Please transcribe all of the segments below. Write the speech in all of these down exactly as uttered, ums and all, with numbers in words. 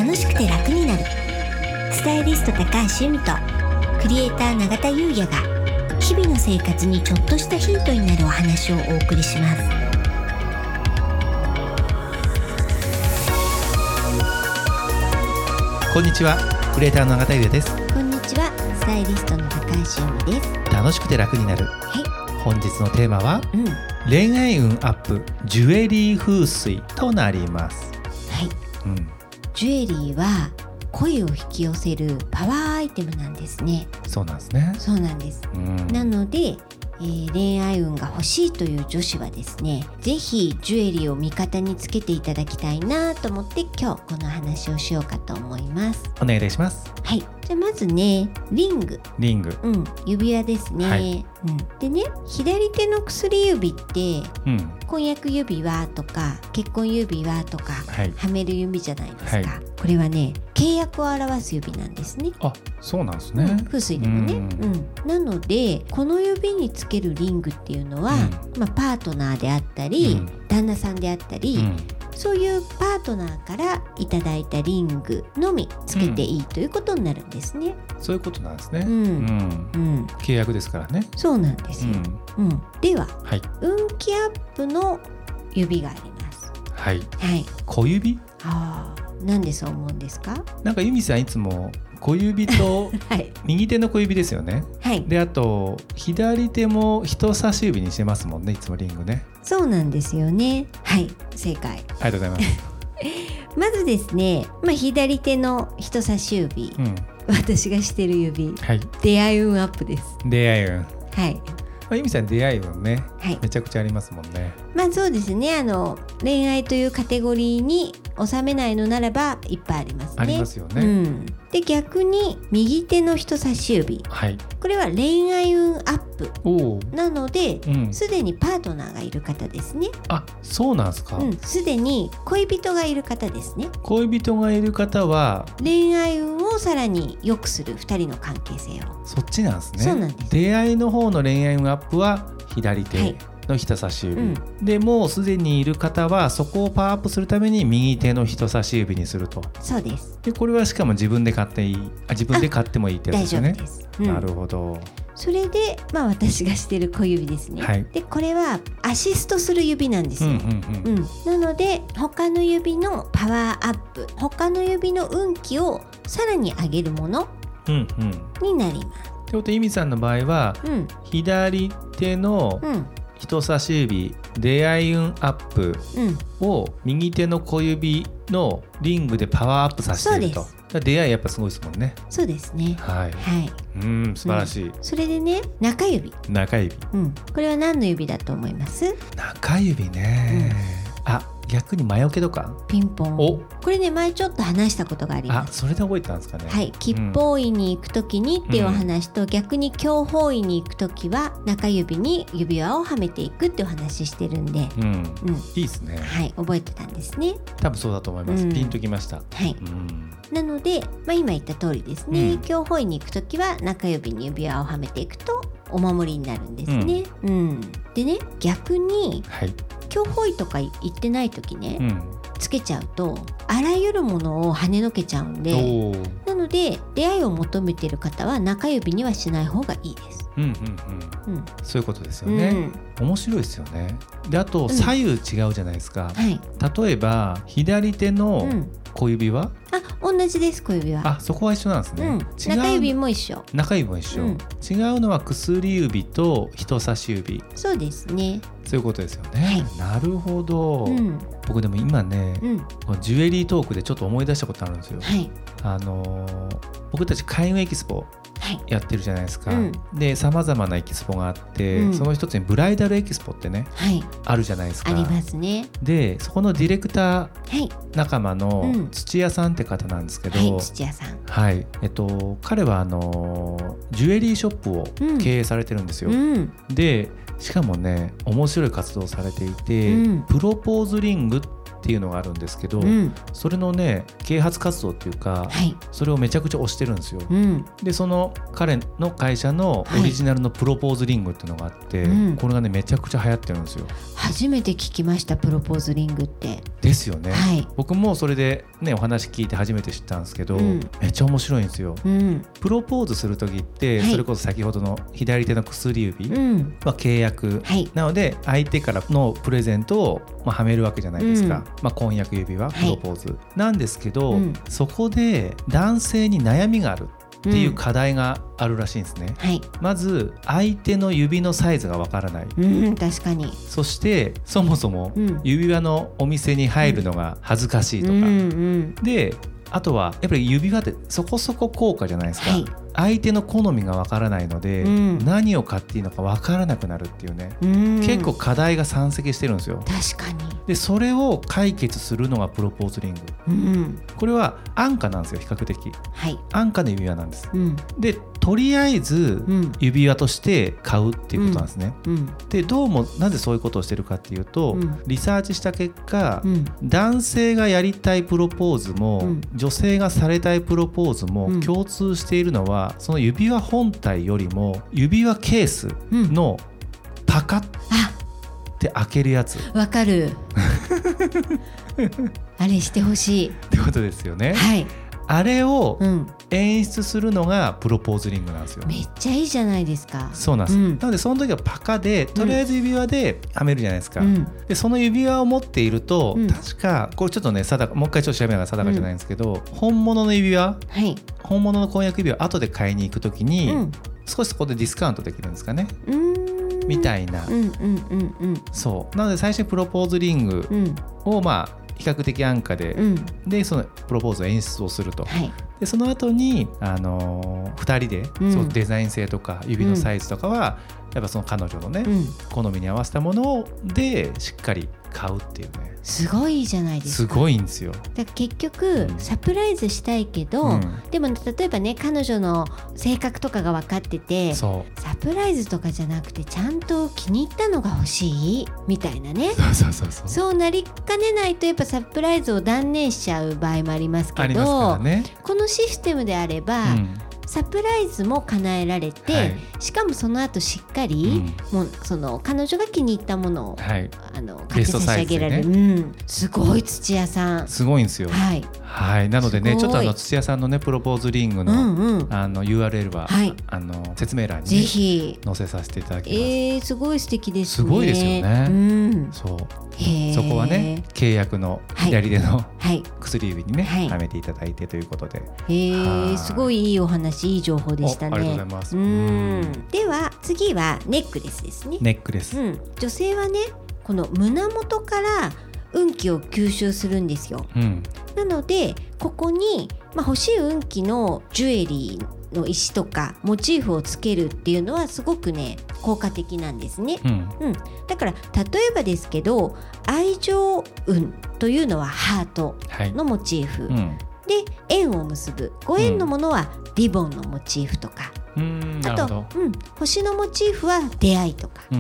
楽しくて楽になる。スタイリスト高橋由美とクリエイター永田優也が日々の生活にちょっとしたヒントになるお話をお送りします。 こんにちは、クリエイターの永田優也です。 こんにちは、スタイリストの高橋由美です。 楽しくて楽になる、 はい、 本日のテーマは、うん、恋愛運アップジュエリー風水となります。 はい、うん、ジュエリーは恋を引き寄せるパワーアイテムなんですね。 そうなんですね。 そうなんです、うん、なので、えー、恋愛運が欲しいという女子はですね、ぜひジュエリーを味方につけていただきたいなと思って今日この話をしようかと思います。 お願いいたします。 はい、じゃあまずね、リングリング、 うん、指輪ですね、はい、うん、でね、左手の薬指って、うん、婚約指輪とか結婚指輪とか、はい、はめる指じゃないですか、はい、これはね、契約を表す指なんですね。 あ、そうなんですね、うん、 風水でもね、うんうん、なのでこの指につけるリングっていうのは、うん、まあ、パートナーであったり、うん、旦那さんであったり、うん、そういうパートナーからいただいたリングのみつけていい、うん、ということになるんですね。 そういうことなんですね、うんうんうん、契約ですからね。 そうなんですよ、うんうん、では、 はい、 運気アップの指があります。 はい、 はい、 小指。 ああ、なんでそう思うんですか？ なんか由美さんいつも小指と右手の小指ですよね、はい、であと左手も人差し指にしてますもんね、いつもリングね。 そうなんですよね。はい、正解。 ありがとうございますまずですね、まあ、左手の人差し指、うん、私がしてる指、はい、出会い運アップです。 出会い運、 はい、 まあ、由美さん出会い運ね、はい、めちゃくちゃありますもんね。 まあそうですね、あの恋愛というカテゴリーに収めないのならばいっぱいありますね。 ありますよね、 うん、で逆に右手の人差し指、はい、これは恋愛運アップなので、すで、うん、にパートナーがいる方ですね。 あ、そうなんですか。 すで、うん、に恋人がいる方ですね。 恋人がいる方は恋愛運をさらに良くするふたりの関係性を。 そっちなんですね。 そうなんです。 出会いの方の恋愛運アップは左手、はいの人差し指、うん、でもうすでにいる方はそこをパワーアップするために右手の人差し指にすると。 そうです。 でこれはしかも自分で買っていい、あ、自分で買ってもいいってやつですよね。 大丈夫です、うん、 なるほど。 それで、まあ、私がしてる小指ですね、はい、でこれはアシストする指なんですよ、うんうんうんうん、なので他の指のパワーアップ、他の指の運気をさらに上げるものになります、うんうん、ってこと由美さんの場合は、うん、左手の、うん人差し指出会い運アップを右手の小指のリングでパワーアップさせていると。そうです。出会いやっぱすごいですもんね。 そうですね、 はい、はい、うん、素晴らしい、うん、 それでね、中指中指、 うん、これは何の指だと思います？ 中指ね、うん、あ、逆に魔除けとか。 ピンポン。お、これね、前ちょっと話したことがあります。 あ、それで覚えてたんですかね。 はい、吉報院に行くときにっていうお話と、うん、逆に享保院に行くときは中指に指輪をはめていくっていうお話してるんで、うんうん、 いいですね。 はい、覚えてたんですね。 多分そうだと思います、うん、ピンときました。 はい、うん、なので、まあ、今言った通りですね、うん、享保院に行くときは中指に指輪をはめていくとお守りになるんですね、うんうん、でね、逆に、はい、享保院とか行ってないときね、うん、つけちゃうとあらゆるものを跳ねのけちゃうんで、なので出会いを求めている方は中指にはしない方がいいです。うんうんうんうん、そういうことですよね、うん、面白いですよね。であと左右違うじゃないですか、うん、はい、例えば左手の小指は、 うん、あ、同じです。小指はあ、 そこは一緒なんですね、うん、違う、 中指も一緒。 中指も一緒、うん、違うのは薬指と人差し指。そうですね、 そういうことですよね、はい、なるほど、うん、僕でも今ね、うん、ジュエリートークでちょっと思い出したことあるんですよ、はい、あのー、僕たち開運エキスポやってるじゃないですか、はい、でさまざまなエキスポがあって、うん、その一つにブライダルエキスポってね、はい、あるじゃないですか。 ありますね。 でそこのディレクター仲間の土屋さんって方なんですけど、 はい、土屋さん、 はい、えっと、彼はあのジュエリーショップを経営されてるんですよ、うん、でしかもね、面白い活動をされていて、うん、プロポーズリングっていうのがあるんですけど、うん、それのね、啓発活動っていうか、はい、それをめちゃくちゃ推してるんですよ、うん、でその彼の会社のオリジナルのプロポーズリングっていうのがあって、はい、これがねめちゃくちゃ流行ってるんですよ。 初めて聞きました、プロポーズリングって。 ですよね、 はい、僕もそれでねお話聞いて初めて知ったんですけど、うん、めっちゃ面白いんですよ、うん、プロポーズする時って、はい、それこそ先ほどの左手の薬指は契約、はい、なので相手からのプレゼントをまあはめるわけじゃないですか、うんまあ、婚約指輪、プロポーズ、はい、なんですけど、うん、そこで男性に悩みがあるっていう課題があるらしいんですね、うんはい、まず相手の指のサイズがわからない、 うん、確かに。 そしてそもそも指輪のお店に入るのが恥ずかしいとか、うんうん、であとはやっぱり指輪ってそこそこ高価じゃないですか、はい、相手の好みがわからないので、うん、何を買っていいのかわからなくなるっていうね、うん、結構課題が山積してるんですよ。 確かに。 でそれを解決するのがプロポーズリング、うん、これは安価なんですよ、比較的、はい、安価な指輪なんです、うん、でとりあえず指輪として買うっていうことなんですね、うんうん、でどうもなぜそういうことをしてるかっていうと、うん、リサーチした結果、うん、男性がやりたいプロポーズも、うん、女性がされたいプロポーズも共通しているのは、その指輪本体よりも指輪ケースのパカッって開けるやつ。 わかるあれしてほしいってことですよね、はい、あれを演出するのがプロポーズリングなんですよ、 めっちゃいいじゃないですか。 そうなんです、うん、なのでその時はパカでとりあえず指輪ではめるじゃないですか、うん、でその指輪を持っていると、うん、確かこれちょっとね定かもう一回ちょっと調べながら定かじゃないんですけど、うん、本物の指輪、はい、本物の婚約指輪後で買いに行く時に、うん、少しそこでディスカウントできるんですかね、うんみたいな、うんうんうんうん、そうなので最初にプロポーズリングをまあ比較的安価で、うん、でそのプロポーズを演出をすると、はい、でその後にあのー、ふたりで、うん、そのデザイン性とか指のサイズとかは、うん、やっぱその彼女のね、うん、好みに合わせたものでしっかり買うっていうね。 すごいじゃないですか。 すごいんですよ。 だから結局、うん、サプライズしたいけど、うん、でも例えばね彼女の性格とかが分かってて、そうサプライズとかじゃなくてちゃんと気に入ったのが欲しいみたいなね、 そうそうそうそう、 そうなりかねないとやっぱサプライズを断念しちゃう場合もありますけど、ありますからね、このシステムであれば、うんサプライズも叶えられて、はい、しかもその後しっかり、うん、もうその彼女が気に入ったものを、はい、あの買って差し上げられる、ねうん、すごい土屋さんすごいんですよ、はいはい、なのでねちょっとあの土屋さんのねプロポーズリングの、うんうん、あの ユーアールエル は、はい、あの説明欄に、ね、ぜひ載せさせていただきます。 えー、すごい素敵ですね。 すごいですよね、うん、そうそこはね契約の左手の、はい、薬指にね、はい、はめていただいてということで、 えー、すごいいいお話いい情報でしたね。 ありがとうございます。 うんでは次はネックレスですね。 ネックレス、うん、 女性はねこの胸元から運気を吸収するんですよ、うん、なのでここに、まあ、欲しい運気のジュエリーの石とかモチーフをつけるっていうのはすごくね効果的なんですね、うんうん、だから例えばですけど愛情運というのはハートのモチーフ、はいうん、で縁を結ぶご縁のものはリボンのモチーフとか、うん、あと、うん、星のモチーフは出会いとか、うんうん、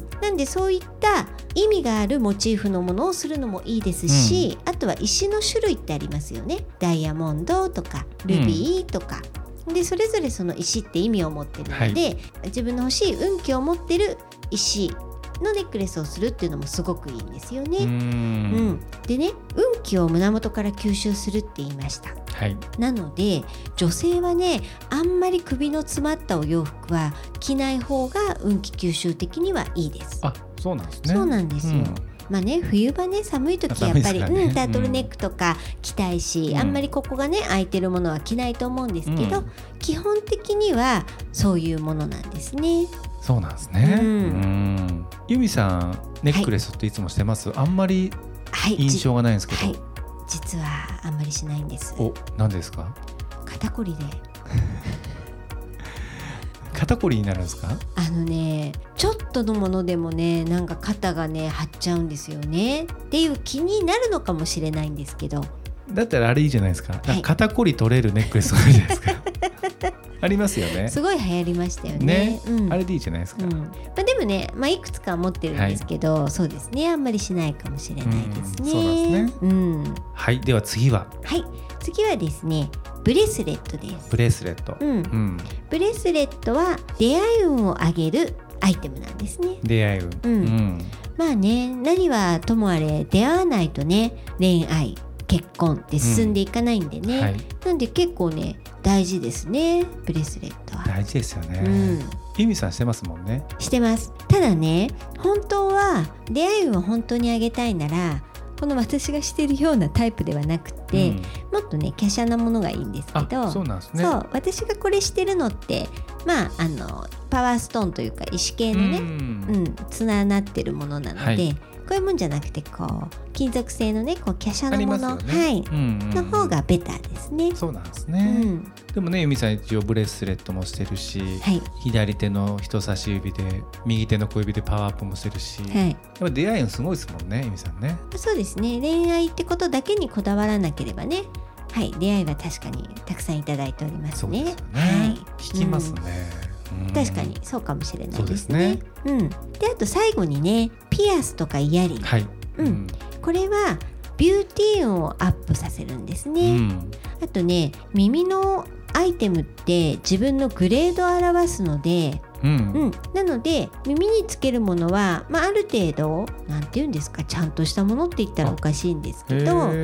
なんでそういった意味があるモチーフのものをするのもいいですし、うん、あとは石の種類ってありますよね。ダイヤモンドとかルビーとか、うん、でそれぞれその石って意味を持ってるので、はい、自分の欲しい運気を持ってる石のネックレスをするっていうのもすごくいいんですよね。うん、うん、でね運気を胸元から吸収するって言いました、はい、なので女性はねあんまり首の詰まったお洋服は着ない方が運気吸収的にはいいです。 あ、そうなんですね。 そうなんですよ、うんまあね、冬場ね寒い時やっぱり、ねうん、タートルネックとか着たいし、うん、あんまりここがね開いてるものは着ないと思うんですけど、うん、基本的にはそういうものなんですね。 そうなんですね、うん、うん由美さんネックレスっていつもしてます、はい、あんまり印象がないんですけど、はいはい、 実はあんまりしないんです。 お、何ですか？ 肩こりで肩こりになるんですか？ あのねちょっとのものでもねなんか肩がね張っちゃうんですよねっていう気になるのかもしれないんですけど、 だったらあれいいじゃないですか、はい、肩こり取れるネックレスあるじゃないですかありますよね。すごい流行りましたよ ね, ね、 うん、 あれでいいじゃないですか、うんまあ、でもね、まあ、いくつか持ってるんですけど、はい、そうですねあんまりしないかもしれないですね。うんそうなんですね、うん、 はいでは次ははい次はですねブレスレットです。 ブレスレット、うんうん、 ブレスレットは出会い運を上げるアイテムなんですね。 出会い運、 うんうん、まあね、何はともあれ出会わないとね、恋愛結婚って進んでいかないんでね、うんはい、なんで結構ね大事ですね、ブレスレットは。 大事ですよね、うん、由美さんしてますもんね。 してます。ただね、本当は出会い運を本当にあげたいなら、この私がしてるようなタイプではなくて、うん、もっとね華奢なものがいいんですけど、 そうなんですね。 そう、私がこれしてるのってまああのパワーストーンというか石系のね、うん、つななってるものなので、はい、こういうもんじゃなくてこう金属製のねこう華奢なもの、ね、はい、うんうんうん、の方がベターですね。 そうなんですね、うん、でもね由美さん一応ブレスレットもしてるし、はい、左手の人差し指で右手の小指でパワーアップもしてるし、はい、やっぱ出会い運すごいですもんね由美さんね。 そうですね、恋愛ってことだけにこだわらなければね、はい、出会いは確かにたくさんいただいておりますね。 そうですよね、はい、引きますね、 うん、確かにそうかもしれないですね。そうですね、うん、であと最後にねピアスとかイヤリング、はい、うん、これはビューティー運をアップさせるんですね、うん、あとね耳のアイテムって自分のグレードを表すので、うんうん、なので耳につけるものは、まあ、ある程度なんていうんですか、ちゃんとしたものって言ったらおかしいんですけど、うん、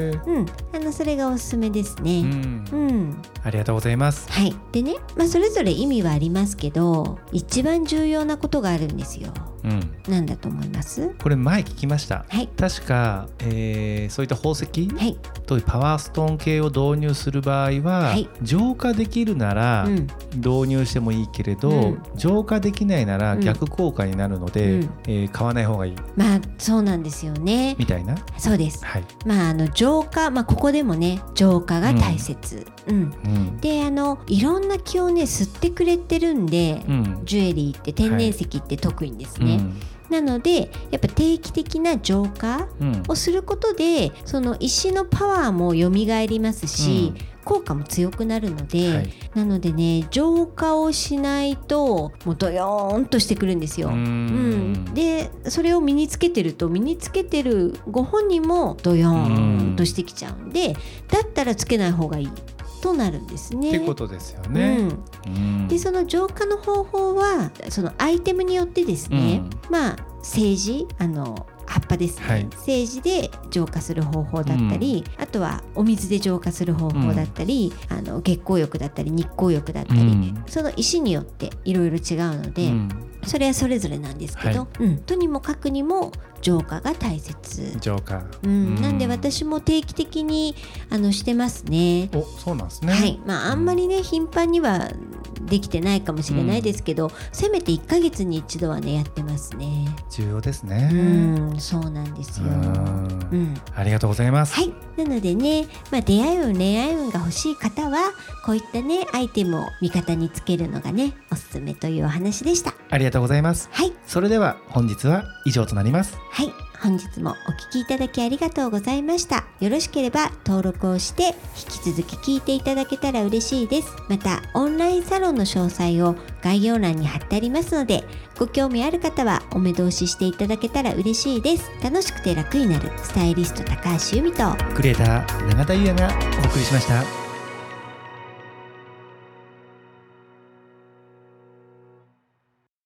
あのそれがおすすめですね、うんうん、ありがとうございます。 はい、でね、まあ、それぞれ意味はありますけど一番重要なことがあるんですよ、うん、なんだと思います？ これ前聞きました、はい、確か、えー、そういった宝石、はい、というパワーストーン系を導入する場合は、はい、浄化できるなら導入してもいいけれど、うん、浄化できないなら逆効果になるので、うんえー、買わない方がいい。 まあそうなんですよね、 みたいな。 そうです、はい、まああの浄化、まあ、ここでもね浄化が大切、うんうんうん、であのいろんな気をね吸ってくれてるんで、うん、ジュエリーって天然石って特にですね、はいうん、なのでやっぱ定期的な浄化をすることで、うん、その石のパワーも蘇りますし、うん効果も強くなるので、はい、なのでね浄化をしないともうドヨーンとしてくるんですよ。うんうんでそれを身につけてると身につけてるご本人もドヨーンとしてきちゃうんで、だったらつけない方がいいとなるんですね。 ってことですよね、 うん、でその浄化の方法はそのアイテムによってですね、うん、まあ政治あの葉っぱですね、はい、政治で浄化する方法だったり、うん、あとはお水で浄化する方法だったり、うん、あの月光浴だったり日光浴だったり、うん、その石によっていろいろ違うので、うん、それはそれぞれなんですけど、はいうん、とにもかくにも浄化が大切。 浄化、 うん、なんで私も定期的にあのしてますね。 お、そうなんですね。 はい、まああんまりね、うん、頻繁にはできてないかもしれないですけど、うん、せめていっかげつに一度はねやってますね。 重要ですね。 うん、そうなんですよ。うん、 ありがとうございます。 はい、なのでね、まあ、出会い運恋愛運が欲しい方はこういったねアイテムを味方につけるのがねおすすめというお話でした。 ありがとうございます。 はい、 それでは本日は以上となります。 はい、本日もお聞きいただきありがとうございました。よろしければ登録をして引き続き聞いていただけたら嬉しいです。またオンラインサロンの詳細を概要欄に貼ってありますので、ご興味ある方はお目通ししていただけたら嬉しいです。楽しくて楽になるスタイリスト高橋由美とクリエイター永田優也がお送りしました。